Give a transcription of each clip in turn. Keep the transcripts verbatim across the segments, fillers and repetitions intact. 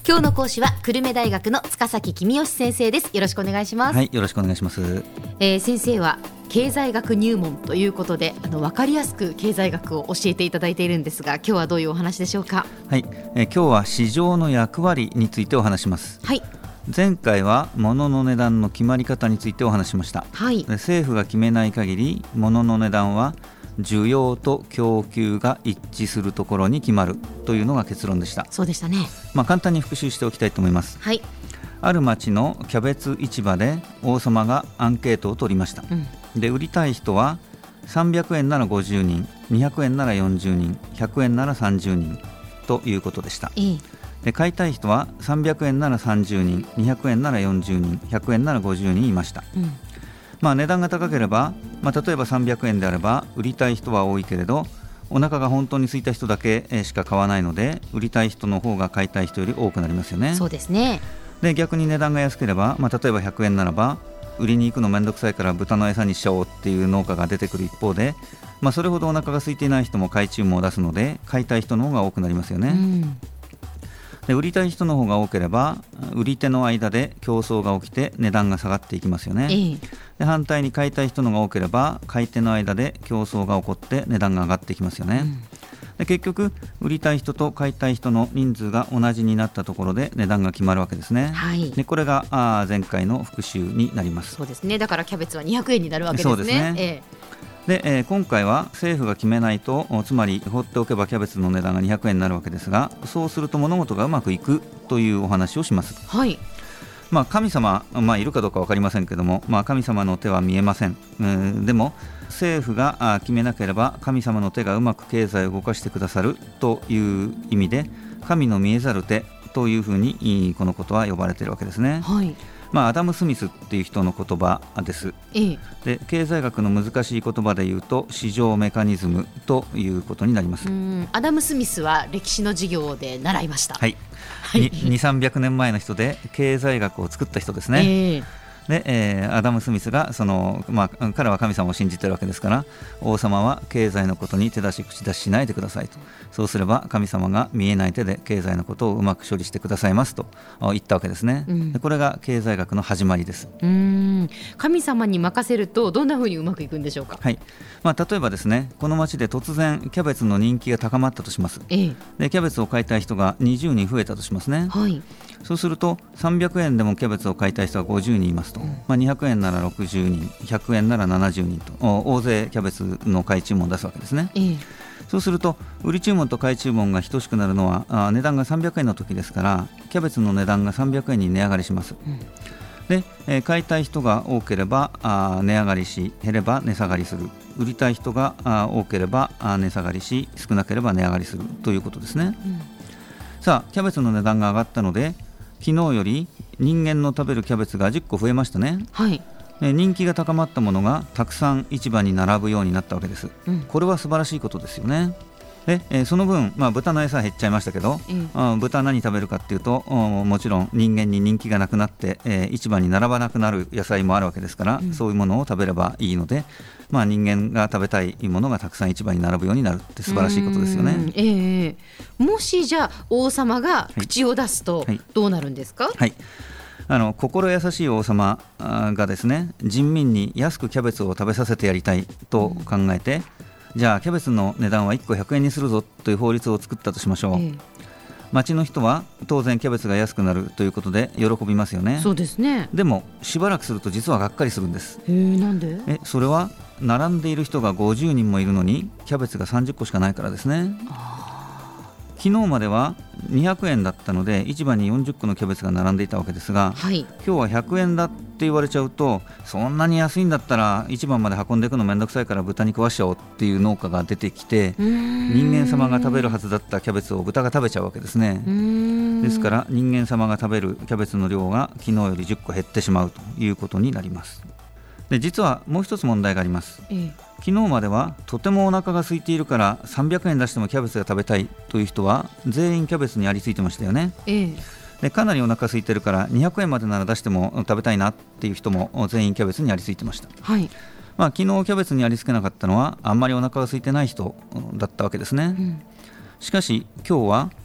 今日の講師は久留米大学の塚崎公義先生です。よろしくお願いします。 はい、よろしくお願いします。 えー、先生は経済学入門ということで、あの分かりやすく経済学を教えていただいているんですが、今日はどういうお話でしょうか。 はい、えー、今日は市場の役割についてお話します。 はい、 前回は物の値段の決まり方についてお話しました。 はい、 政府が決めない限り物の値段は需要と供給が一致するところに決まるというのが結論でした。 そうでしたね。 まあ、簡単に復習しておきたいと思います。 はい、 ある町のキャベツ市場で王様がアンケートを取りました。 うん、 で売りたい人はさんびゃくえんならごじゅうにん、にひゃくえんならよんじゅうにん、ひゃくえんならさんじゅうにんということでした。 いいで買いたい人はさんびゃくえんならさんじゅうにん、にひゃくえんならよんじゅうにん、ひゃくえんならごじゅうにんいました。 うん、 まあ、値段が高ければ、まあ、例えばさんびゃくえんであれば売りたい人は多いけれど、お腹が本当に空いた人だけしか買わないので、売りたい人の方が買いたい人より多くなりますよね。 そうですね。 で逆に値段が安ければ、まあ、例えばひゃくえんならば売りに行くのめんどくさいから豚の餌にしちゃおうっていう農家が出てくる一方で、まあ、それほどお腹が空いていない人も買い注文を出すので、買いたい人の方が多くなりますよね。 うん、 で売りたい人の方が多ければ売り手の間で競争が起きて値段が下がっていきますよね。 いいで反対に買いたい人の方が多ければ買い手の間で競争が起こって値段が上がっていきますよね。うん、で結局売りたい人と買いたい人の人数が同じになったところで値段が決まるわけですね。 はい、 でこれがあ前回の復習になります。 そうですね。だからキャベツはにひゃくえんになるわけですね。 そうですね。 ええで、えー、今回は政府が決めないと、つまり放っておけばキャベツの値段がにひゃくえんになるわけですが、そうすると物事がうまくいくというお話をします。 はい、 まあ、神様、まあ、いるかどうか分かりませんけども、まあ、神様の手は見えません。えー、でも政府が決めなければ神様の手がうまく経済を動かしてくださるという意味で、神の見えざる手というふうにこのことは呼ばれているわけですね。 はい、 まあ、アダム・スミスっていう人の言葉です。 ええ、 で経済学の難しい言葉で言うと市場メカニズムということになります。 うん、アダム・スミスは歴史の授業で習いました。 はい、にせんさんびゃくねんまえの人で経済学を作った人ですね。 ええ、 で、えー、アダム・スミスがその、まあ、彼は神様を信じているわけですから、王様は経済のことに手出し口出ししないでくださいと、そうすれば神様が見えない手で経済のことをうまく処理してくださいますと言ったわけですね。うん、でこれが経済学の始まりです。 うーん、神様に任せるとどんなふうにうまくいくんでしょうか。 はい、まあ、例えばですね、この町で突然キャベツの人気が高まったとします。 ええ、 でキャベツを買いたい人がにじゅうにん増えたとしますね。 はい、 そうするとさんびゃくえんでもキャベツを買いたい人がごじゅうにんいますと、うん、まあ、にひゃくえんならろくじゅうにん、ひゃくえんならななじゅうにんと大勢キャベツの買い注文を出すわけですね。 ええ、 そうすると売り注文と買い注文が等しくなるのはあ値段がさんびゃくえんの時ですから、キャベツの値段がさんびゃくえんに値上がりします。うん、で、えー、買いたい人が多ければあ値上がりし、減れば値下がりする。売りたい人があ多ければあ値下がりし、少なければ値上がりするということですね。うん、さあキャベツの値段が上がったので、昨日より人間の食べるキャベツがじゅっこ増えましたね。 はい、 人気が高まったものがたくさん市場に並ぶようになったわけです。うん、これは素晴らしいことですよね。で、えー、その分、まあ、豚の餌減っちゃいましたけど、うん、あ豚何食べるかっていうと、もちろん人間に人気がなくなって、えー、市場に並ばなくなる野菜もあるわけですから、うん、そういうものを食べればいいので、まあ、人間が食べたいものがたくさん市場に並ぶようになるって素晴らしいことですよね。 えー、もしじゃあ王様が口を出すとどうなるんですか。はいはい、 あの心優しい王様がですね、人民に安くキャベツを食べさせてやりたいと考えて、うん、じゃあキャベツの値段はいっこひゃくえんにするぞという法律を作ったとしましょう。えー、町の人は当然キャベツが安くなるということで喜びますよね。 そうですね。 でもしばらくすると実はがっかりするんです。 へー、なんで？ えそれは並んでいる人がごじゅうにんもいるのにキャベツがさんじゅっこしかないからですね。昨日まではにひゃくえんだったので市場によんじゅっこのキャベツが並んでいたわけですが、はい、今日はひゃくえんだって言われちゃうと、そんなに安いんだったら市場まで運んでいくのめんどくさいから豚に食わしちゃおうっていう農家が出てきて、人間様が食べるはずだったキャベツを豚が食べちゃうわけですね。ですから人間様が食べるキャベツの量が昨日よりじゅっこ減ってしまうということになります。で実はもう一つ問題があります。ええ、昨日まではとてもお腹が空いているからさんびゃくえん出してもキャベツが食べたいという人は全員キャベツにありついてましたよね。ええ、でかなりお腹空いてるからにひゃくえんまでなら出しても食べたいなっていう人も全員キャベツにありついてました。はい、まあ、昨日キャベツにありつけなかったのはあんまりお腹が空いてない人だったわけですね。うん、しかし今日は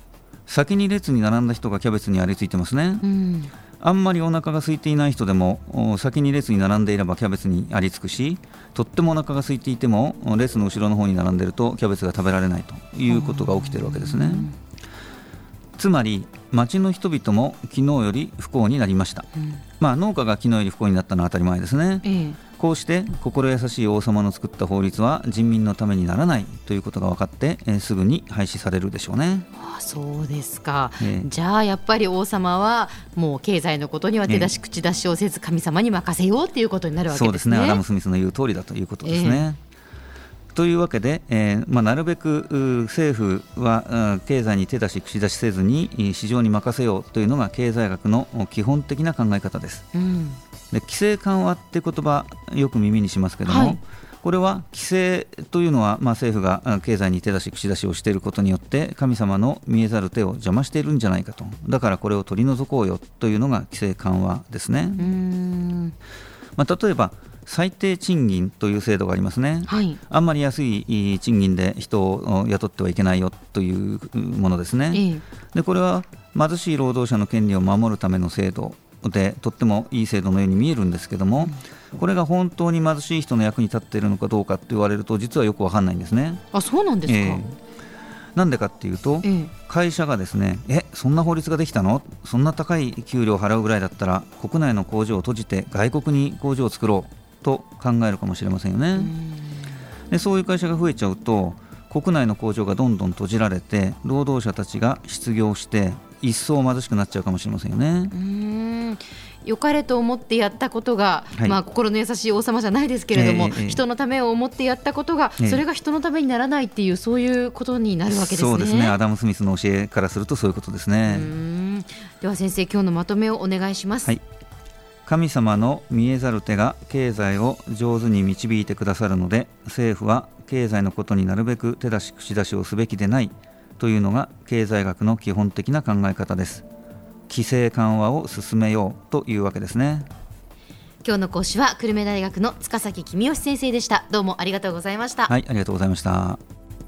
先に列に並んだ人がキャベツにありついてますね、 うん、 あんまりお腹が空いていない人でも先に列に並んでいればキャベツにありつくし、とってもお腹が空いていても列の後ろの方に並んでいるとキャベツが食べられないということが起きているわけですね、うん、つまり町の人々も昨日より不幸になりました、うん、まあ、農家が昨日より不幸になったのは当たり前ですね、ええ、こうして心優しい王様の作った法律は人民のためにならないということが分かって、えー、すぐに廃止されるでしょうね。 ああ、そうですか、えー、じゃあやっぱり王様はもう経済のことには手出し口出しをせず神様に任せようということになるわけですね。 そうですね、アダム・スミスの言う通りだということですね、えーというわけで、えーまあ、なるべく政府は経済に手出し口出しせずに市場に任せようというのが経済学の基本的な考え方です、うん、で規制緩和って言葉よく耳にしますけども、はい、これは規制というのは、まあ、政府が経済に手出し口出しをしていることによって神様の見えざる手を邪魔しているんじゃないかと、だからこれを取り除こうよというのが規制緩和ですね。うーん、まあ、例えば最低賃金という制度がありますね、はい、あんまり安い賃金で人を雇ってはいけないよというものですね、ええ、でこれは貧しい労働者の権利を守るための制度でとってもいい制度のように見えるんですけども、うん、これが本当に貧しい人の役に立っているのかどうかと言われると実はよく分かんないんですね。 あ、そうなんですか、ええ、 なんでかっていうと、ええ、会社がですね、えそんな法律ができたの、そんな高い給料を払うぐらいだったら国内の工場を閉じて外国に工場を作ろうと考えるかもしれませんよね。でそういう会社が増えちゃうと国内の工場がどんどん閉じられて労働者たちが失業して一層貧しくなっちゃうかもしれませんよね。うーん、良かれと思ってやったことが、はい、まあ、心の優しい王様じゃないですけれども、えーえー、人のためを思ってやったことが、えー、それが人のためにならないっていうそういうことになるわけですね。 そうですね、アダム・スミスの教えからするとそういうことですね。 うーん、では先生、今日のまとめをお願いします。 はい、神様の見えざる手が経済を上手に導いてくださるので、政府は経済のことになるべく手出し口出しをすべきでないというのが経済学の基本的な考え方です。規制緩和を進めようというわけですね。 今日の講師は久留米大学の塚崎公義先生でした。どうもありがとうございました。 はい、ありがとうございました。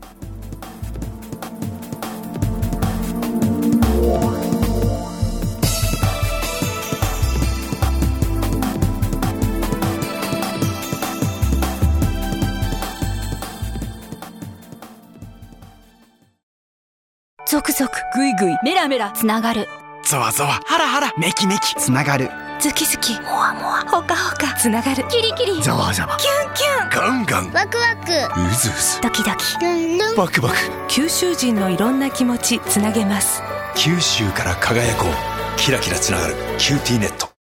ゾクゾクグイグイメラメラつながる、 ゾワゾワハラハラメキメキつながる、 ズキズキモワモワホカホカつながる、キリキリザワザワキュンキュンガンガンワクワクウズウズドキドキルンルンバクバク、 九州人のいろんな気持ちつなげます。 九州から輝こう、キラキラつながるキューティーネット。